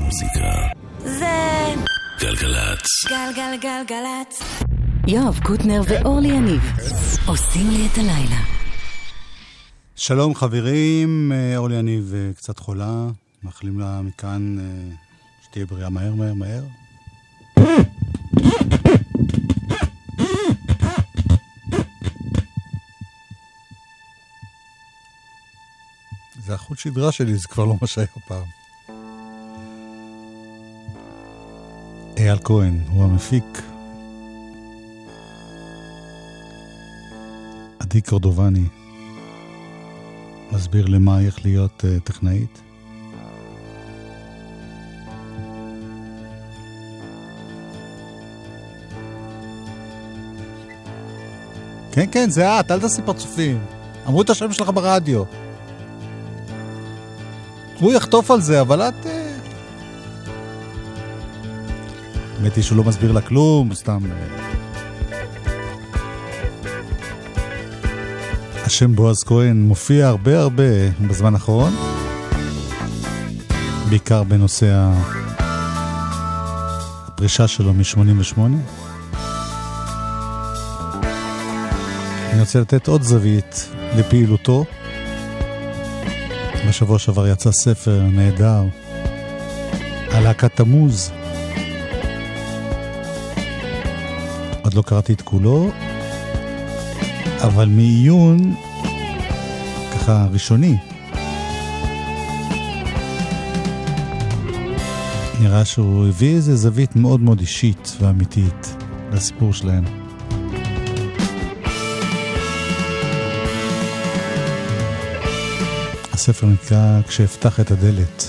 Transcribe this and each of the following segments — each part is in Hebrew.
המוזיקה זה גלגלצ. גלגלגלגלצ. יואב קוטנר ואורלי יניב עושים לי את הלילה. שלום חברים, אורלי יניב קצת חולה, מאחלים לה מכאן שתהיה בריאה מהר מהר מהר. זה החוט שדרה שלי, זה כבר לא מה שהיה פעם. אייל כהן הוא המפיק, עדי קורדובני מסביר למה איך להיות טכנאית. כן, כן, זה את, אל תעשי פרצופים. אמרו את השם שלך ברדיו. הוא יחטוף על זה, אבל את... האמת היא שהוא לא מסביר לה כלום, סתם... השם בועז כהן מופיע הרבה בזמן האחרון, בעיקר בנושא הפרישה שלו מ-88. אני רוצה לתת עוד זווית לפעילותו. בשבוע שעבר יצא ספר נהדר על להקת תמוז. עוד לא קראתי את כולו, אבל מעיון ככה ראשוני נראה שהוא הביא איזה זווית מאוד מאוד אישית ואמיתית לסיפור שלהם. הספר נקרא כשאפתח את הדלת.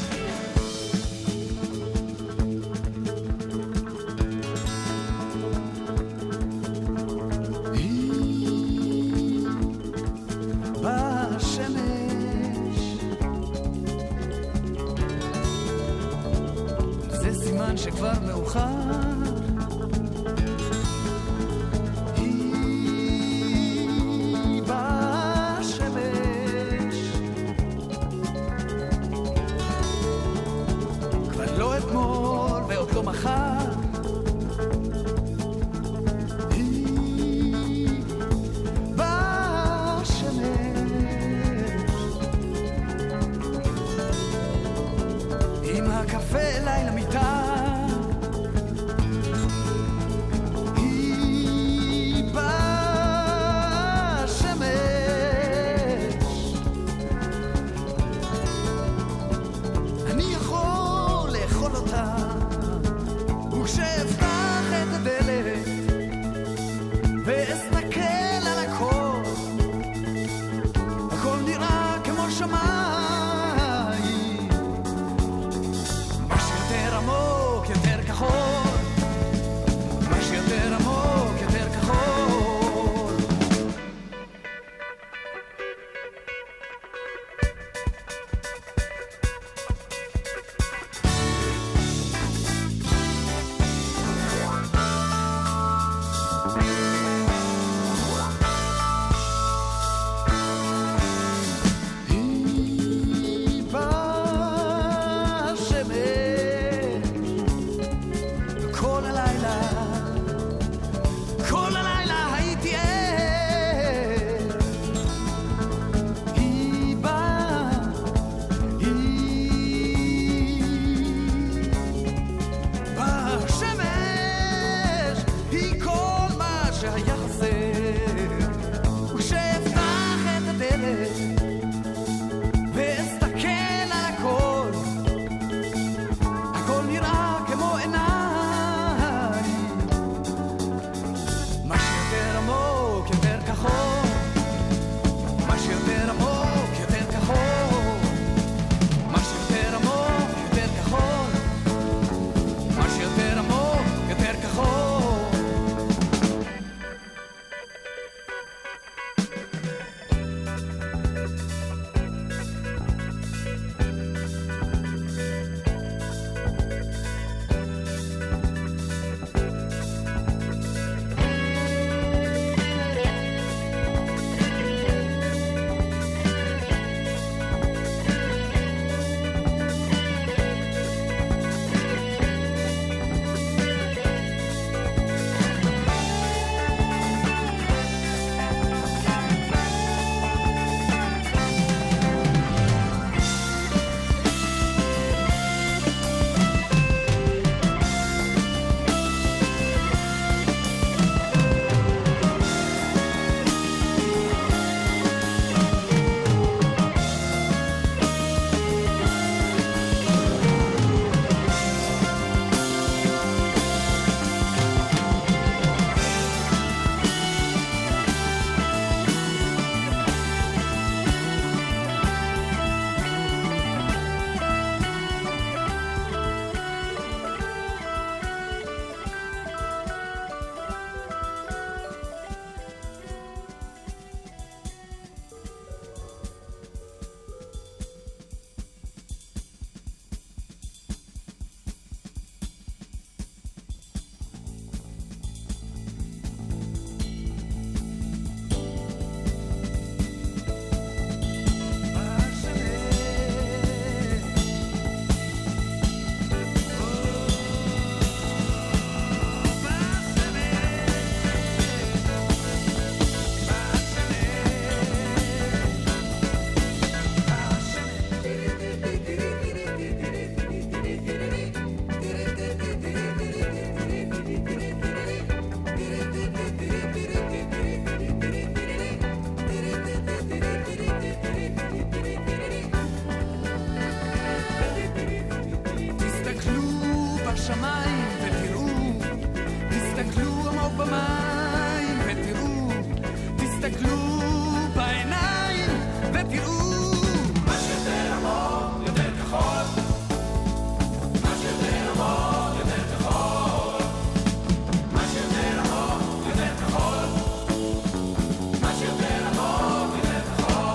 השמיים ותראו, תסתכלו עמוק במים ותראו, תסתכלו בעיניים ותראו. מה שיותר עמוק יותר כחול, מה שיותר עמוק יותר כחול, מה שיותר עמוק יותר כחול, מה שיותר עמוק יותר כחול.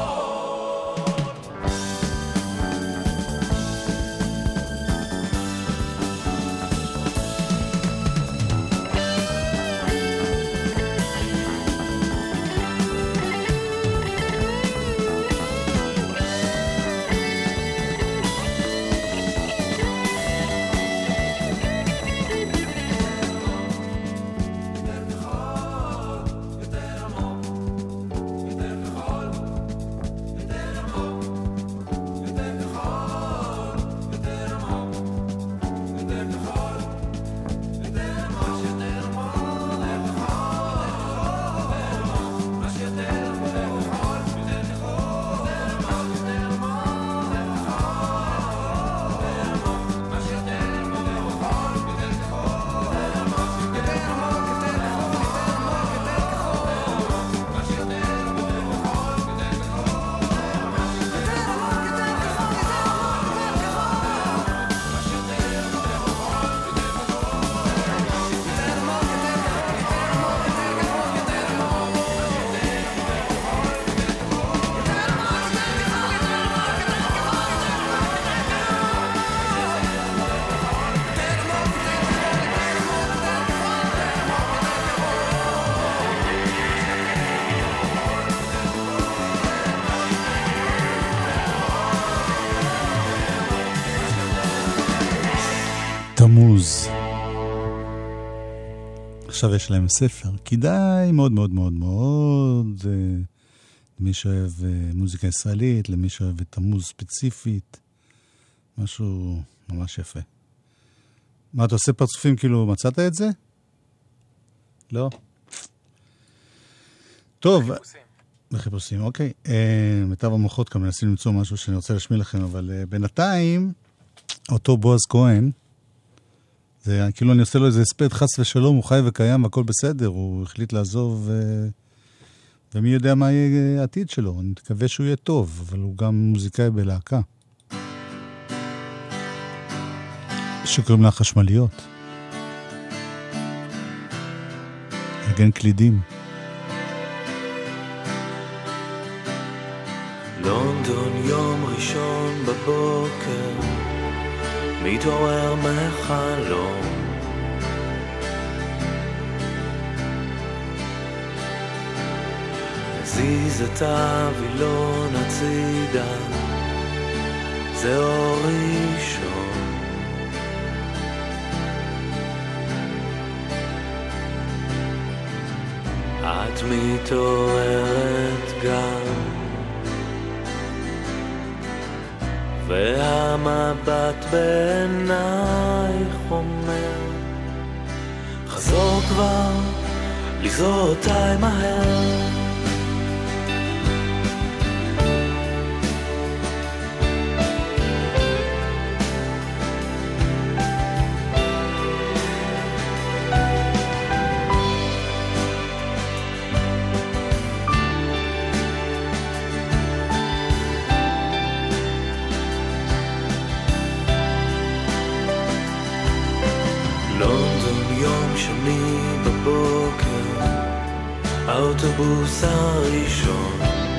תמוז. עכשיו יש להם ספר. כדאי מאוד מאוד מאוד מאוד. למי שאוהב מוזיקה ישראלית, למי שאוהב תמוז ספציפית. משהו ממש יפה. מה, אתה עושה פרצופים כאילו מצאת את זה? לא? טוב. בחיפושים, אוקיי. מיטב המוחות כאן מנסים למצוא משהו שאני רוצה להשמיע לכם, אבל בינתיים, אותו בועז כהן, זה כאילו אני עושה לו איזה הספד, חס ושלום, הוא חי וקיים והכל בסדר, הוא החליט לעזוב, ומי יודע מה יהיה העתיד שלו, אני מקווה שהוא יהיה טוב, אבל הוא גם מוזיקאי בלהקה. שקוראים לה חשמליות. נגן קלידים. לונדון יום ראשון בבוקר מתעורר מחלום מזיז את הווילון הצידה זה אור ראשון את מתעוררת גם והמבט בעינייך אומר חזור כבר, לגזור אותי מהר האוטובוס הראשון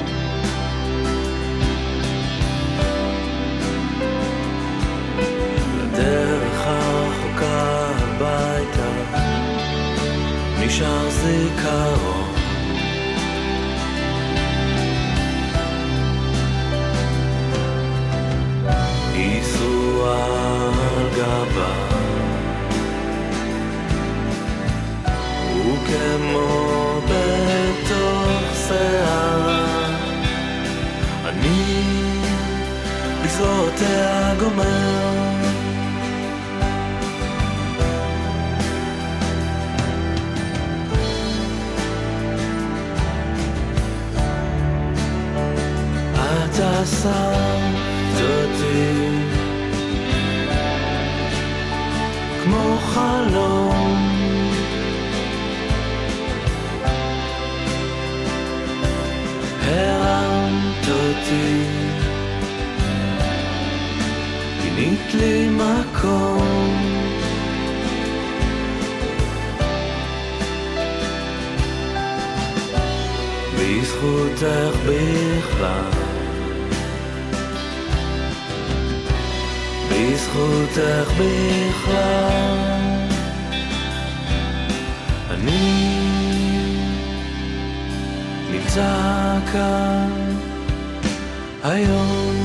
לדרך הרחוקה הביתה נשאר זיכרון ייסעו על גבה וכמו בתוך שערה אני בגזרותיה גומר חלום הרמת אותי פינית לי מקום בזכותך בכלל בזכותך בכלל אני נמצא כאן היום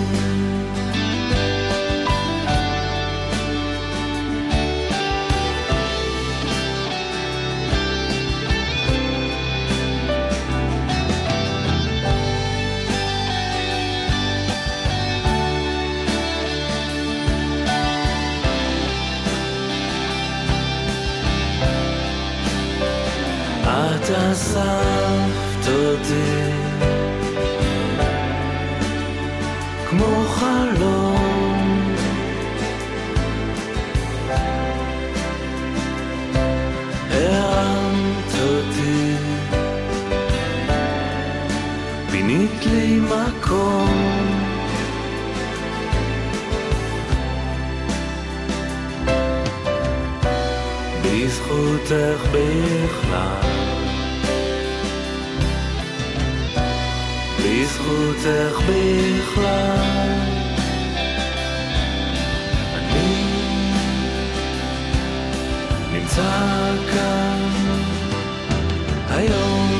את אספת אותי כמו חלום הרמת אותי פינית לי מקום בזכותך בכלל בזכותך בכלל אני נמצא כאן היום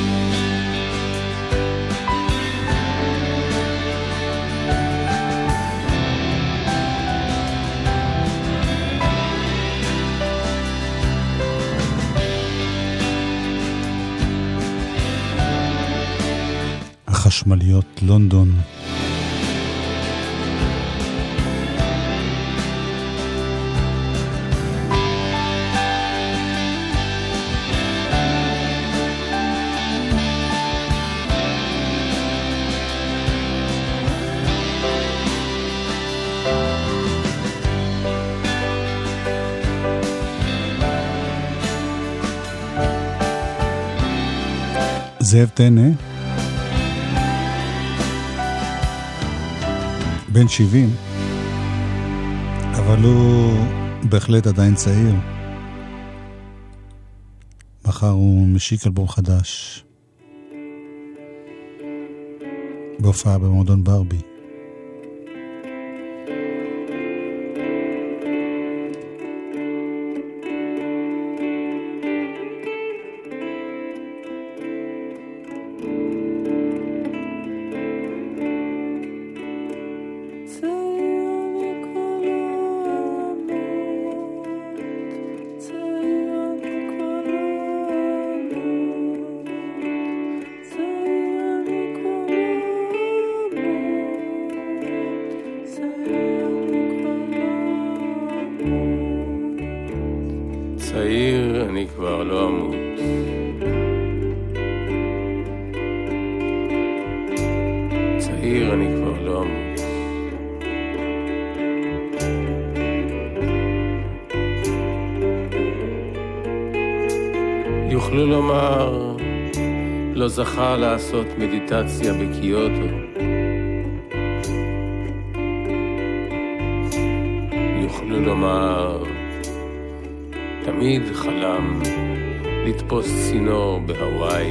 חשמליות לונדון. זאב טנא בן 70, אבל הוא בהחלט עדיין צעיר. מחר הוא משיק אלבום חדש בהופעה במועדון ברבי. צעיר אני כבר לא אמות צעיר אני כבר לא אמות יוכלו לומר לא זכה לעשות מדיטציה בקיוטו יוכלו לומר תמיד חלם לתפוס צינור בהוואי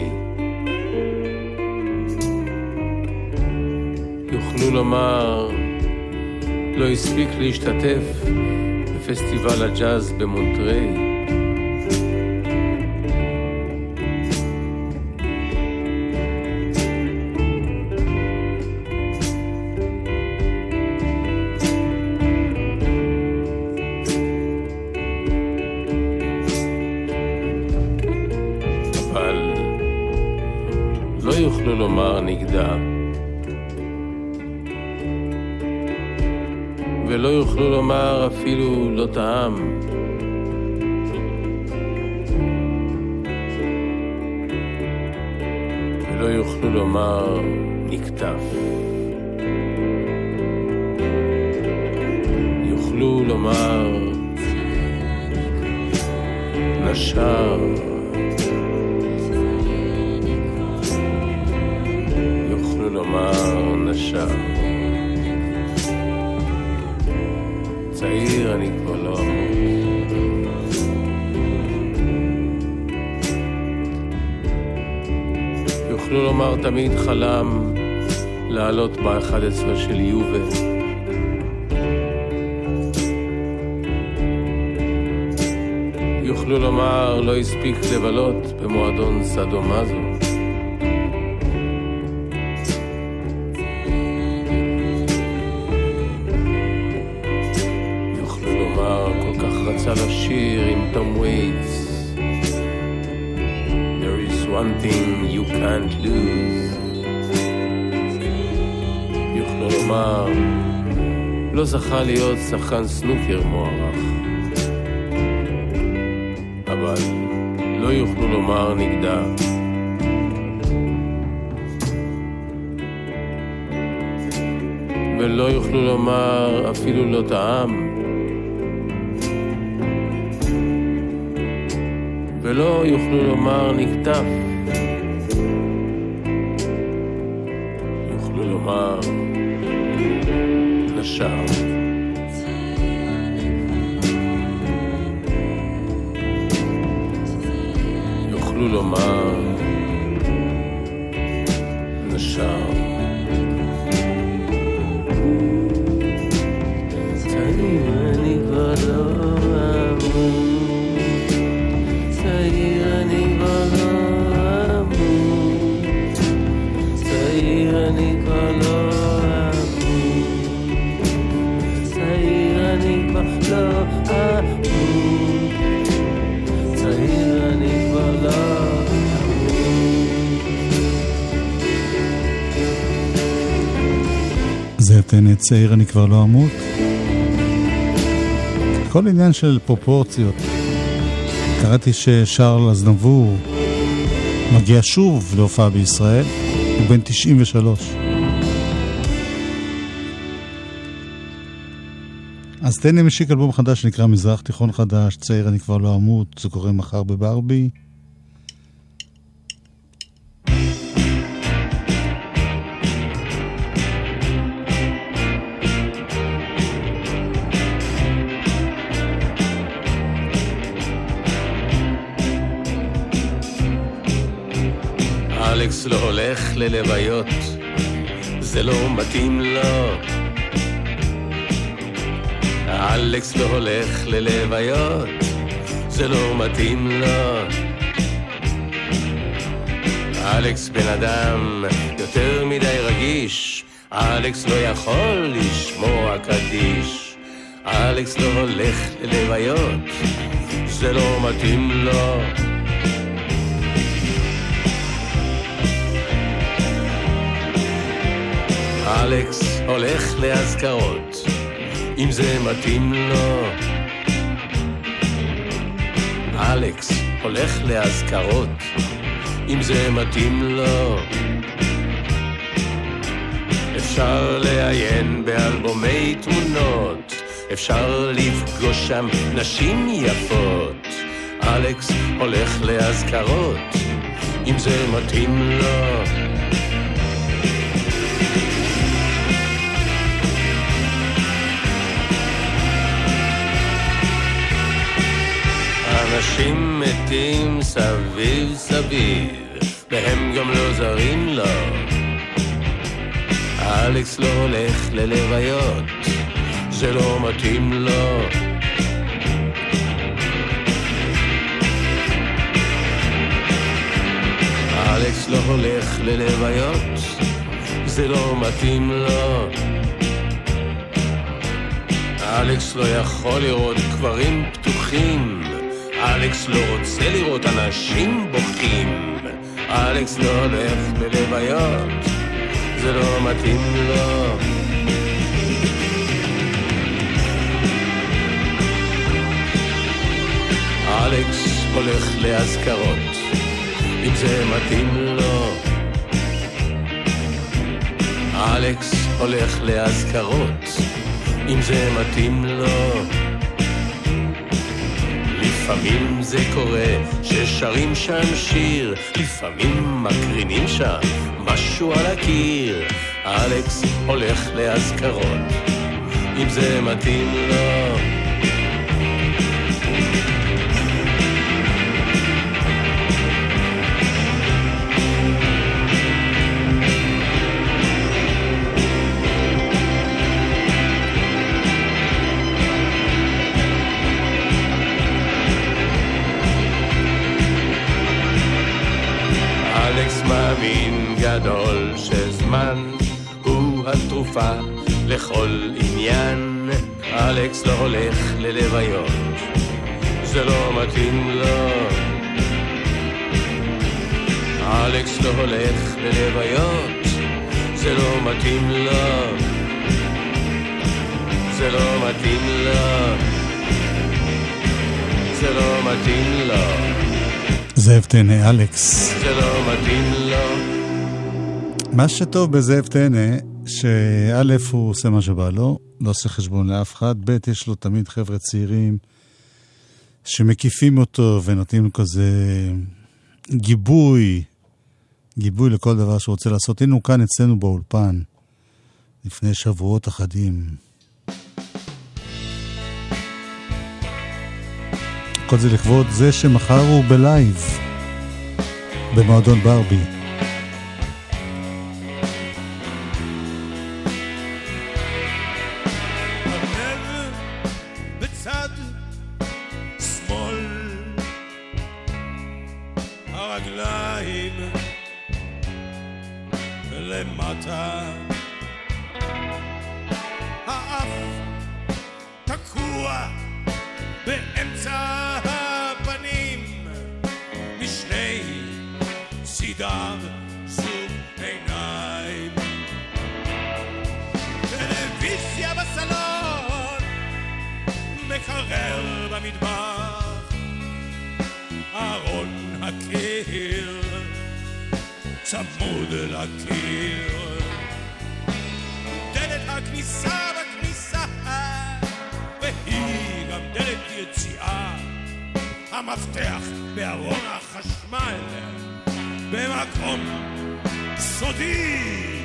יוכלו לומר לא הספיק להשתתף בפסטיבל הג'אז במונטריי לא יוכלו לומר נגדה ולא יוכלו לומר אפילו לא טעם ולא יוכלו לומר נקטף יוכלו לומר נשר, יוכלו לומר נשר. צעיר אני כבר לא אמות, יוכלו לומר תמיד חלם לעלות ב-11 של יובל. יוכלו לומר לא הספיק לבלות במועדון סדומזו. יוכלו לומר כל כך רצה לשיר עם תום וייטס, There is one thing you can't lose. יוכלו לומר לא זכה להיות שחקן סנוקר מוערך, אבל לא יוכלו לומר נגדה. ולא יוכלו לומר אפילו לא טעם. ולא יוכלו לומר נקטף. יוכלו לומר נשר. יוכלו לומר נשר. צעיר אני כבר לא אמות, צעיר אני כבר לא אמות, צעיר אני כבר לא אמות, צעיר אני כבר לא אמות, צעיר אני כבר לא. זה אתן צעיר אני כבר לא אמות. כל עניין של פרופורציות. קראתי ששארל אזנבור מגיע שוב להופעה בישראל, הוא בן 93. אז תן לי משיק אלבום חדש שנקרא מזרח תיכון חדש, צעיר אני כבר לא אמות, זה קורה מחר בברבי. אלכס לא הולך ללוויות, זה לא מתאים לו. אלכס לא הולך ללוויות, זה לא מתאים לו. אלכס בן אדם יותר מדי רגיש, אלכס לא יכול לשמוע קדיש. אלכס לא הולך ללוויות, זה לא מתאים לו. אלכס הולך להזכרות, אם זה מתאים לו. אלכס הולך להזכרות, אם זה מתאים לו. אפשר לעיין באלבומי תמונות, אפשר לפגוש שם נשים יפות. אלכס הולך להזכרות, אם זה מתאים לו. אנשים מתים סביב סביב, והם גם לא זרים לו. אלכס לא הולך ללוויות, זה לא מתאים לו. אלכס לא הולך ללוויות, זה לא מתאים לו. אלכס לא יכול לראות קברים פתוחים, אלכס לא רוצה לראות אנשים בוכים. אלכס לא הולך ללוויות, זה לא מתאים לו. אלכס הולך להזכרות, אם זה מתאים לו. אלכס הולך להזכרות, אם זה מתאים לו. לפעמים זה קורה ששרים שם שיר, לפעמים מקרינים שם משהו על הקיר. אלכס הולך להזכרות, אם זה מתאים לו. אלכס מאמין גדול שזמן הוא התרופה לכל עניין. אלכס לא הולך ללוויות, זה לא מתאים לו. אלכס לא הולך ללוויות, זה לא מתאים לו. זה לא מתאים לו. זה לא מתאים לו. זאב טנא, אלכס. זה לא מתאים לו. מה שטוב בזאב טנא, שא' הוא עושה מה שבא לו, לא עושה חשבון לאף אחד, ב' יש לו תמיד חבר'ה צעירים שמקיפים אותו ונותנים לו כזה גיבוי לכל דבר שהוא רוצה לעשות. הנה הוא כאן אצלנו באולפן לפני שבועות אחדים. כל זה לכבוד זה שמחר הוא בלייב במועדון ברבי. הלב בצד שמאל, הרגליים למטה, האף תקוע באמצע הפנים, משני צידיו זוג עיניים. טלוויזיה בסלון, מקרר במטבח, ארון הקיר צמוד לקיר, דלת הכניסה בכניסה והיא גם דלת יציאה, המפתח בארון החשמל במקום סודי.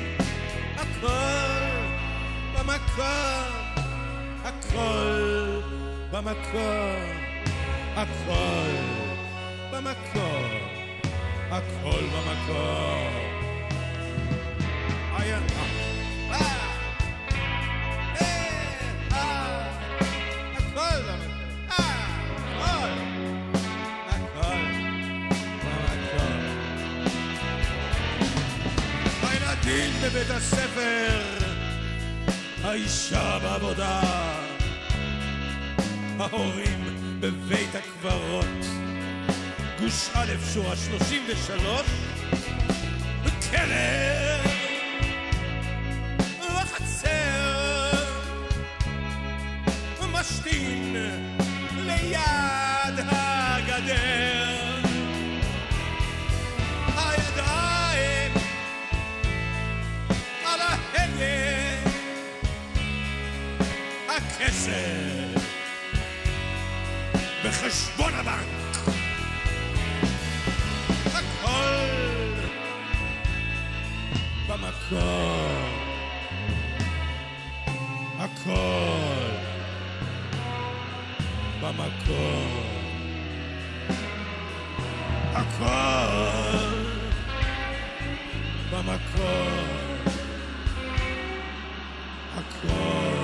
הכל במקום, הכל במקום, הכל במקום, הכל במקום. הילדים בבית הספר, האישה בעבודה, ההורים בבית הקברות, גוש א' שורה 33, בכלר וחצר, משתין ליד הגדר, הידיים על ההגה, הכסף בחשבון הבנק, הכל במקום, הכל במקום, הכל במקום, הכל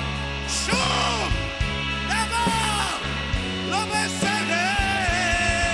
שום דבר לא בסדר.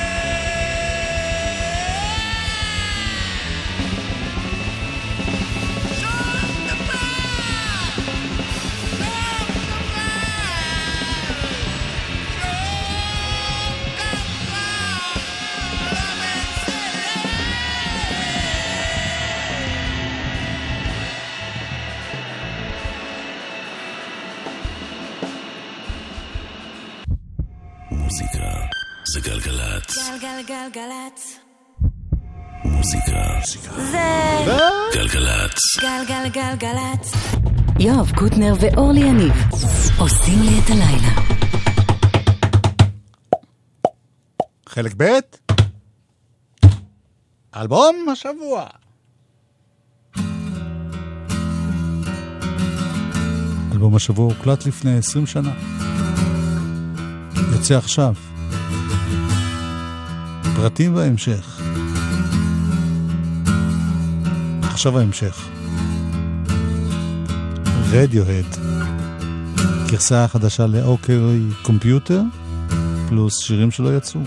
זה גלגלצ. גלגלגלגלצ. מוזיקה. זה גלגלצ. גלגלגלגלצ. יואב קוטנר ואורלי יניב עושים לי את הלילה. חלק ב' אלבום השבוע. אלבום השבוע הוקלט לפני 20 שנה. יוצא עכשיו. פרטים בהמשך. עכשיו ההמשך. רדיוהד. גרסה חדשה לאוקיי קומפיוטר, פלוס שירים שלא יצאו.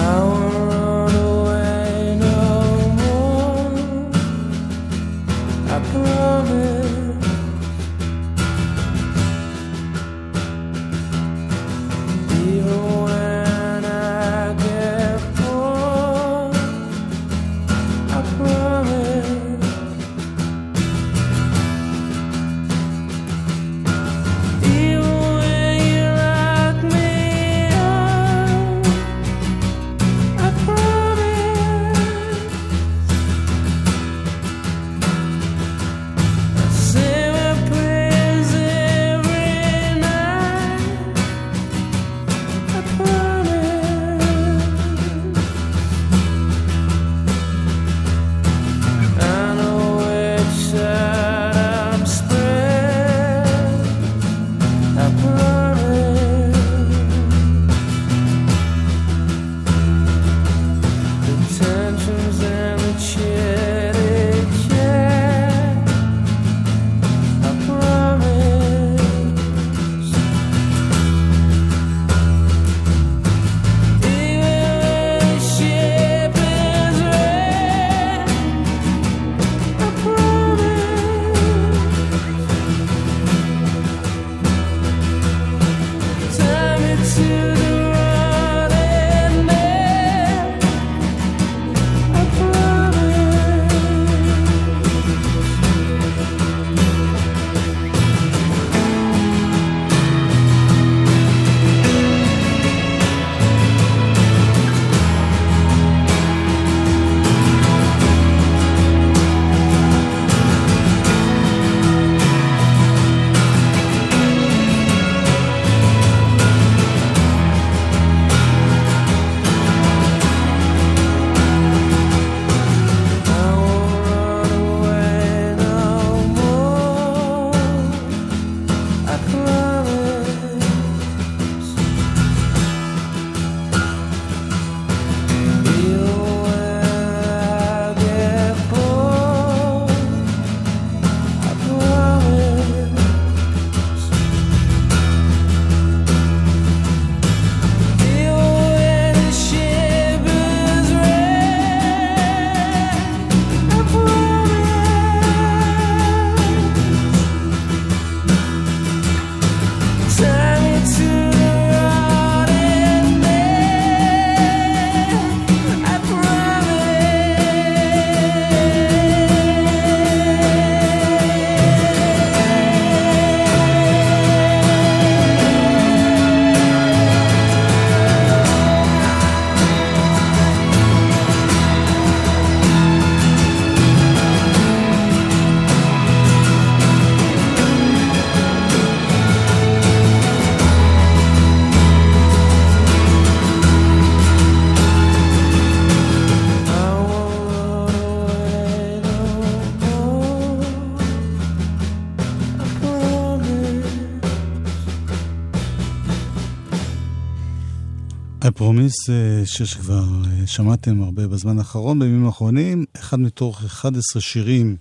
פרומיס שכבר שמעתם הרבה בזמן האחרון, בימים האחרונים, אחד מתוך 11 שירים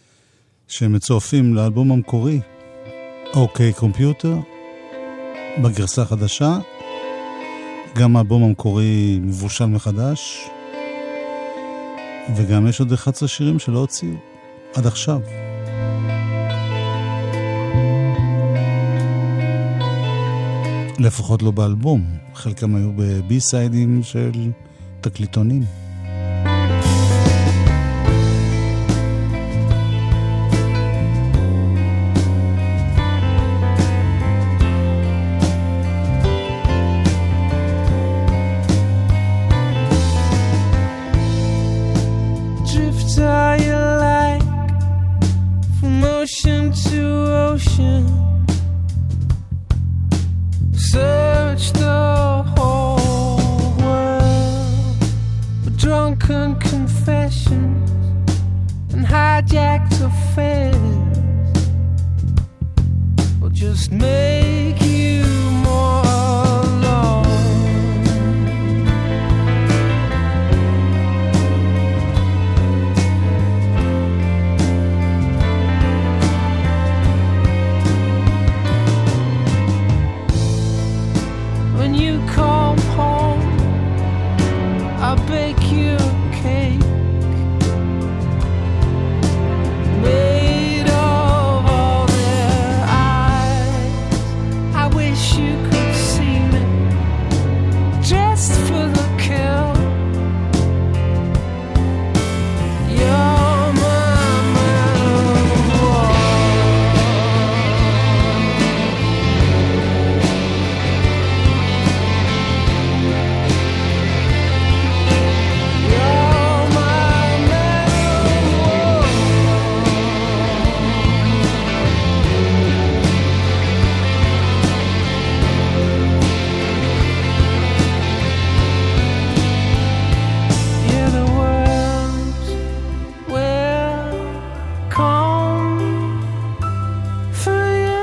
שמצורפים לאלבום המקורי, אוקיי קומפיוטר, בגרסה החדשה. גם האלבום המקורי מבושל מחדש, וגם יש עוד 11 שירים שלא הוציאו עד עכשיו. לפחות לא באלבום, חלקם היו בבי-סיידים של תקליטונים. ocean, search the whole world for drunken confessions and hijacked affairs will just make you more alone. When you come home, I'll bake you a cake made of all their eyes. I wish you could see me just for the kill. You're my man of war. You're my man of war. Yeah, the words will come for you.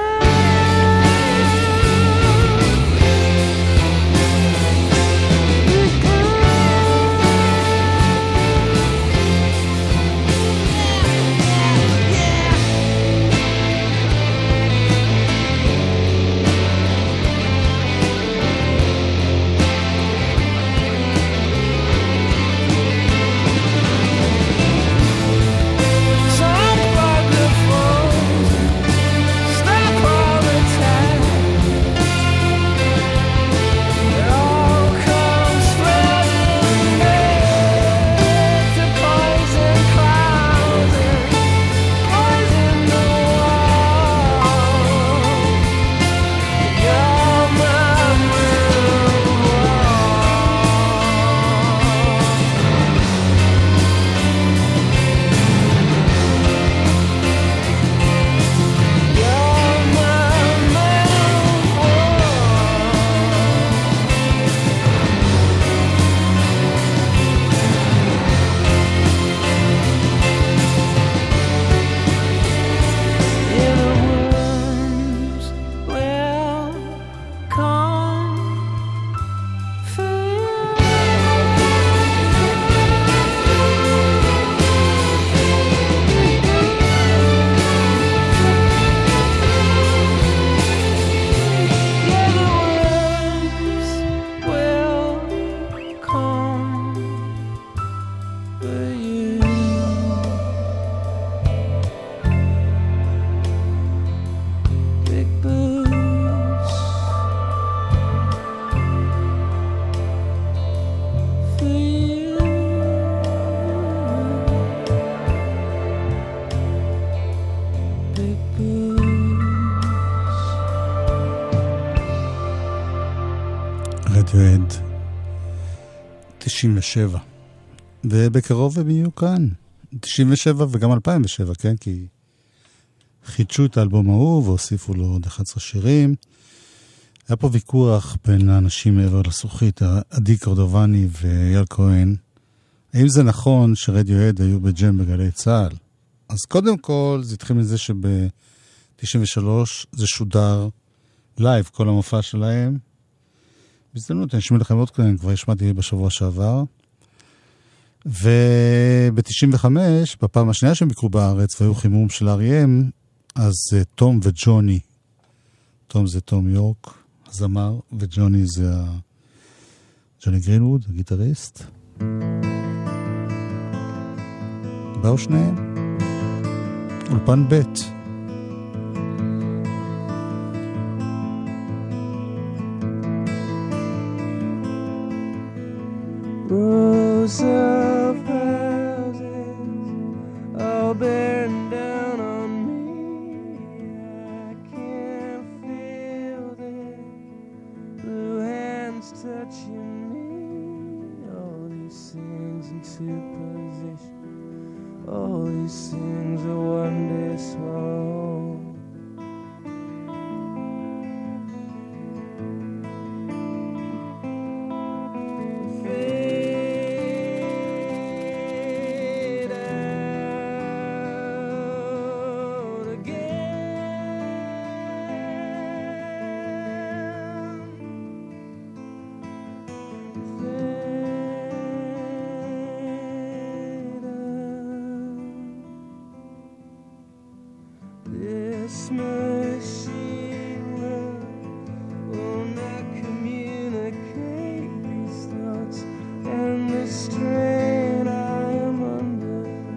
Some microphones stop all the time. It all comes flooding back to poison clouds and poison the wall. You're my רדיואד 97, ובקרוב הם יהיו כאן 97 וגם 2007, כן? כי חידשו את האלבום ההוא והוסיפו לו עוד 11 שירים. היה פה ויכוח בין האנשים מעבר לסוכית, עדי קורדובני ואייל כהן, האם זה נכון שרדיואד היו בג'ם בגלי צהל? אז קודם כל זה התחיל מזה שב-93 זה שודר לייב, כל המופע שלהם. בהזדמנות, אני אשמיע לכם עוד כאן, כבר השמעתי בשבוע שעבר. וב-95, בפעם השנייה שהם ביקרו בארץ והיו חימום של R.E.M, אז תום וג'וני, תום זה תום יורק, הזמר, וג'וני זה ג'וני גרינווד, הגיטריסט. באו שניהם, אולפן ב'. Rows of houses all bearing down on me. I can't feel their blue hands touching me. All these things into position. All these things are one day small. machine will not communicate these thoughts and the strain I am under.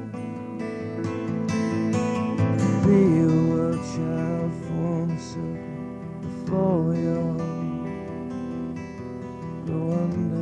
Be a world child, form a circle before we all go under.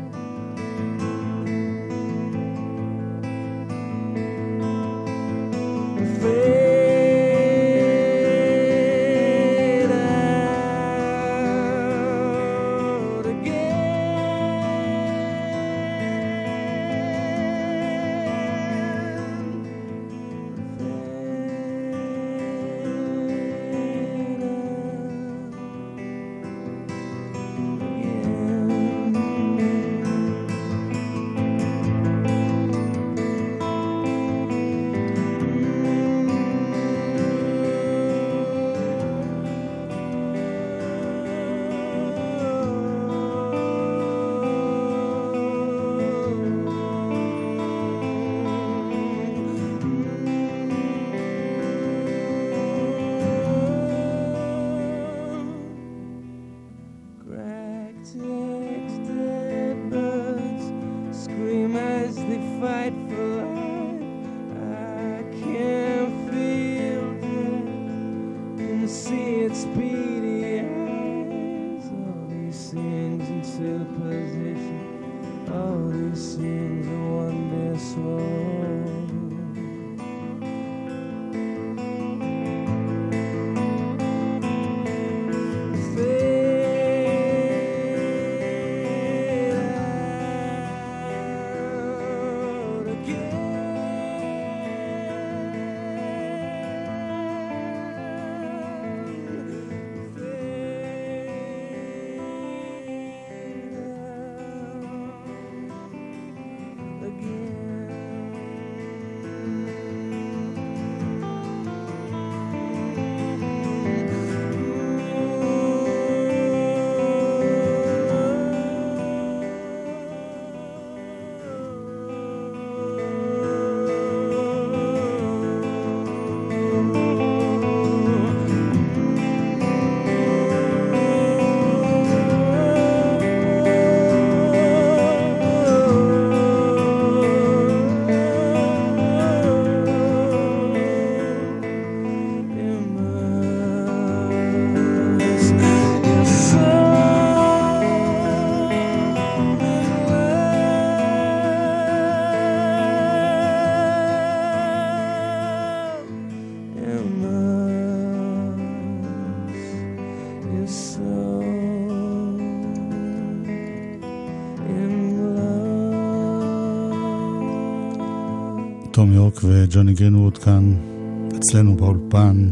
תום יורק וג'וני גרינווד כאן אצלנו באולפן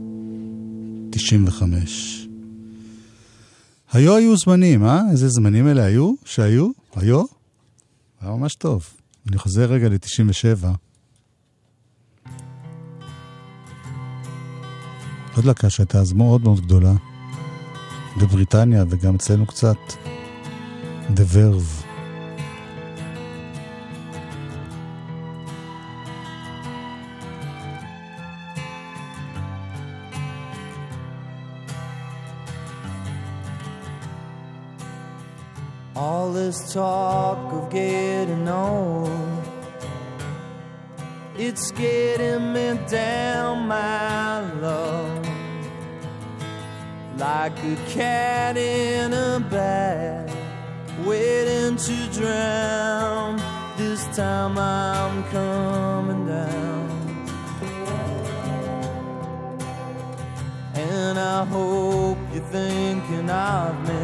95. היו זמנים, איזה זמנים אלה היו? שהיו? היה ממש טוב. אני חוזר רגע ל-97. עוד להקה שהייתה אז מאוד מאוד גדולה בבריטניה וגם אצלנו קצת, The Verve. All this talk of getting old, it's getting me down, my love, like a cat in a bag, waiting to drown. This time I'm coming down, and I hope you're thinking of me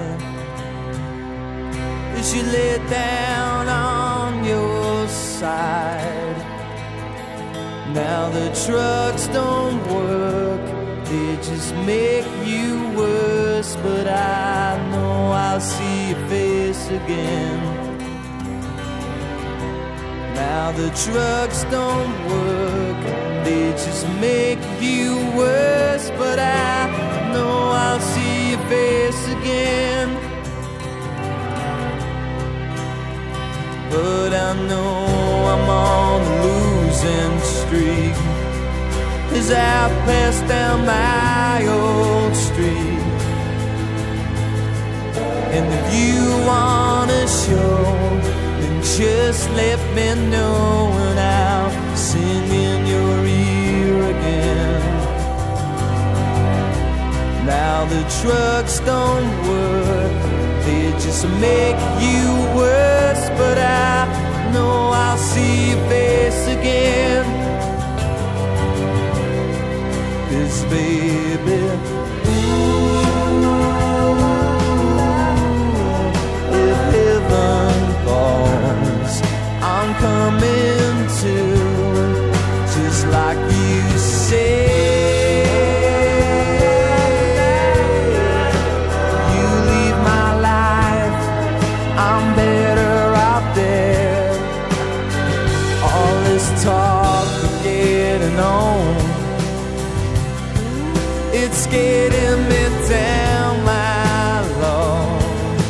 as you lay down on your side. Now the trucks don't work, they just make you worse, but I know I'll see your face again. Now the trucks don't work, they just make you worse, but I know I'll see your face again. But I know I'm on a losing streak, as I pass down my old street. And if you wanna show, then just let me know, and I'll sing in your ear again. Now the trucks don't work, they just make you worse, but I know I'll see your face again. 'Cause baby, if heaven calls, I'm coming to, just like you say. You leave my life, I'm better out there. All this talk of getting on, it's getting me down my lawn,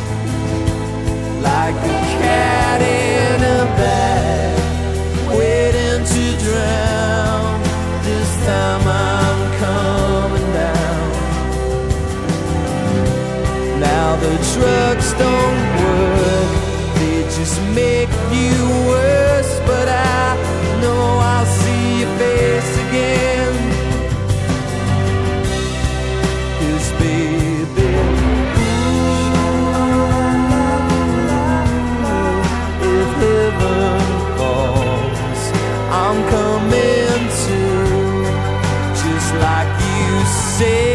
like a cat in a bag, waiting to drown. This time I'm coming down. Now the trucks don't work, they just make you worse, but I know I'll see your face again. 'Cause baby, if heaven calls, I'm coming to, just like you say.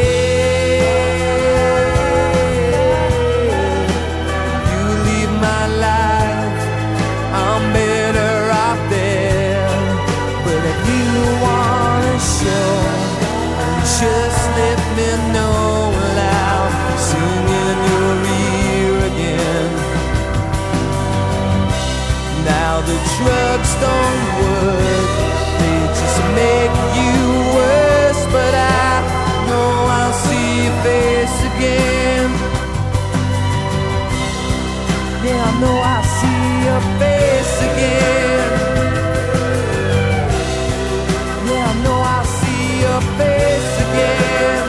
You leave my life, I'm better out there. But if you wanna show, just let me know, and I'll sing in your ear again. Now the trucks don't work, they just make you worse, but I know I'll see your face again. Yeah, I know I'll see your face again. Yeah, I know I'll see your face again.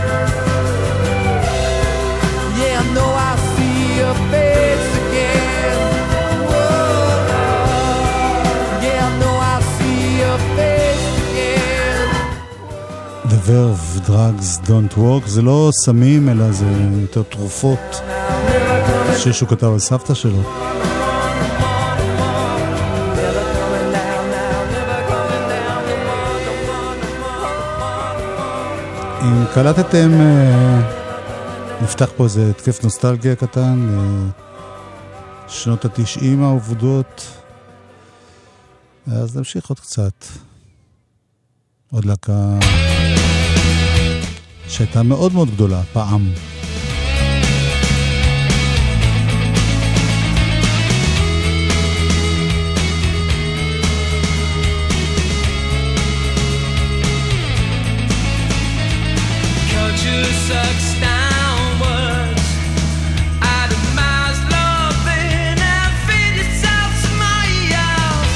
Yeah, I know I'll see your face again. Whoa. Yeah, I know I'll see your face again. The Verve, Drugs Don't Work, זה לא סמים אלא זה יותר תרופות, שיר שהוא כתב על סבתא שלו. אם קלטתם, נפתח פה איזה התקף נוסטלגיה קטן, שנות ה-90 העובדות, אז נמשיך עוד קצת. עוד להקה שהייתה מאוד מאוד גדולה פעם. Sucks downwards, itemized loving and feed itself somebody else.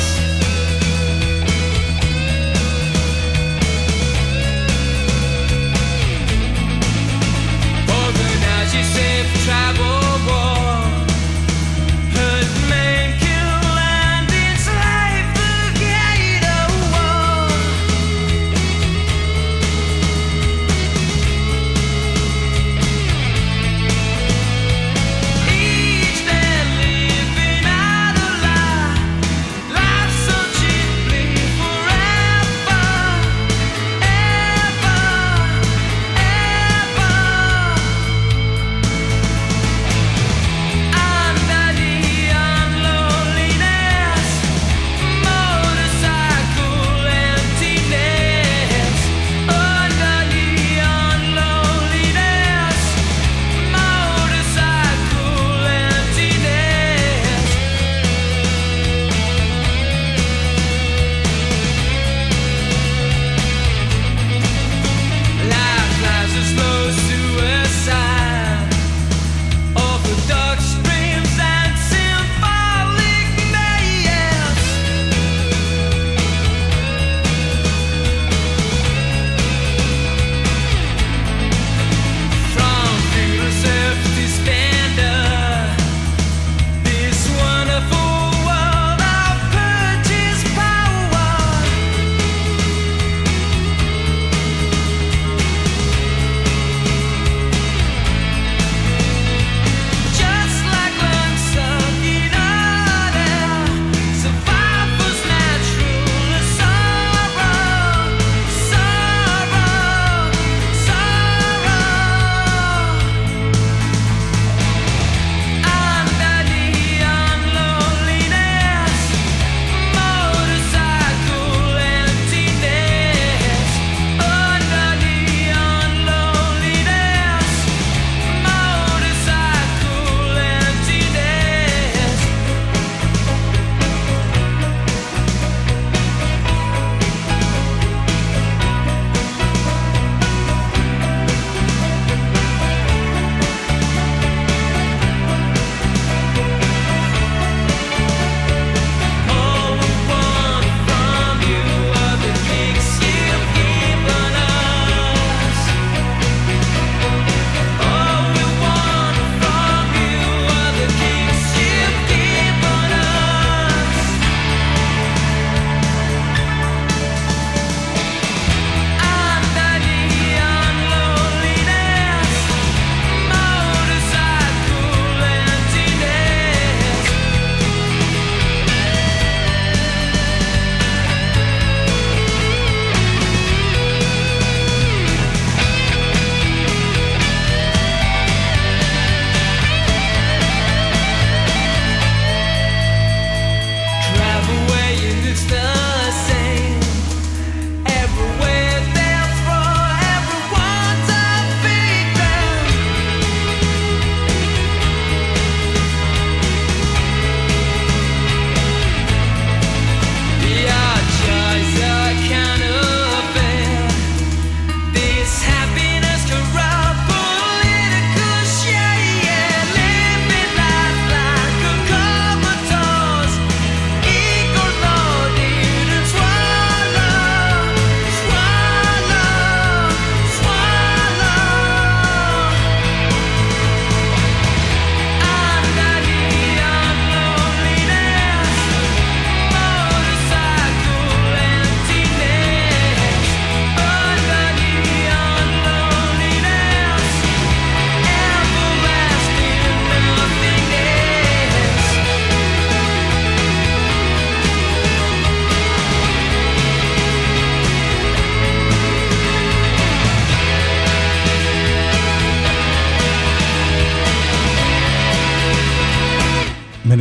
Organize yourself for tribal war, hurt, maim, kill and enslave the gate of war.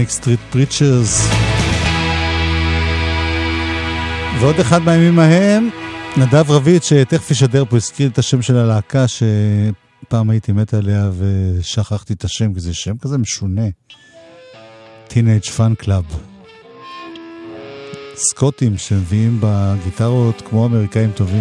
Manic Street Preachers. ועוד אחד מהימים ההם, נדב רביד, שתכף ישדר פה, הזכיר את השם של הלהקה, שפעם הייתי מת עליה ושכחתי את השם, כי זה שם כזה משונה. Teenage Fan Club. סקוטים שמביאים בגיטרות כמו אמריקאים טובים.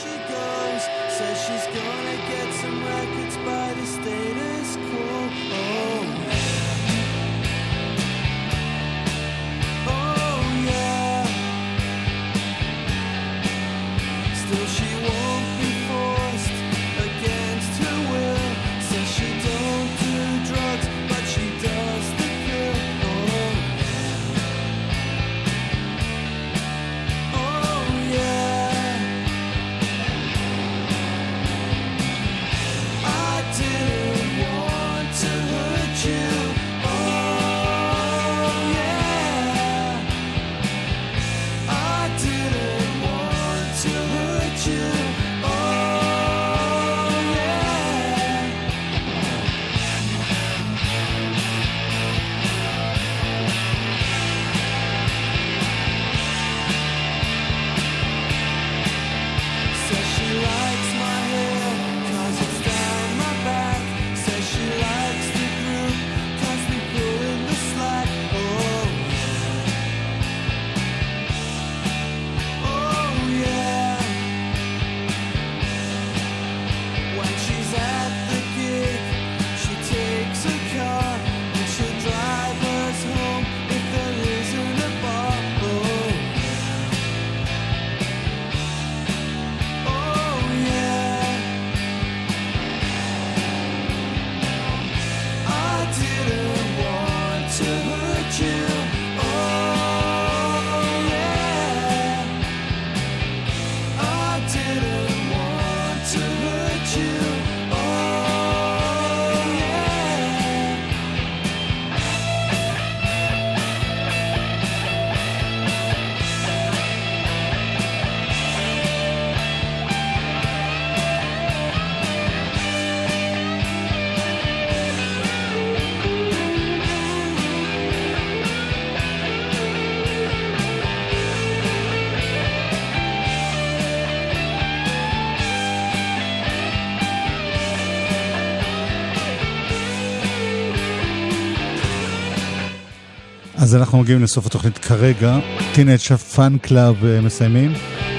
אז אנחנו מגיעים לסוף התוכנית כרגע. Teenage Fan Club מסיימים.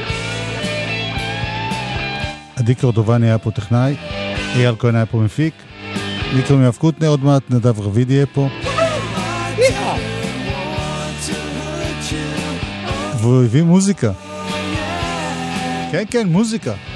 עדי קורדובני היה פה טכנאי, אייל כהן היה פה מפיק, לי קוראים יואב קוטנר, עוד מעט נדב רביד יהיה פה. והוא הביא מוזיקה. כן, מוזיקה.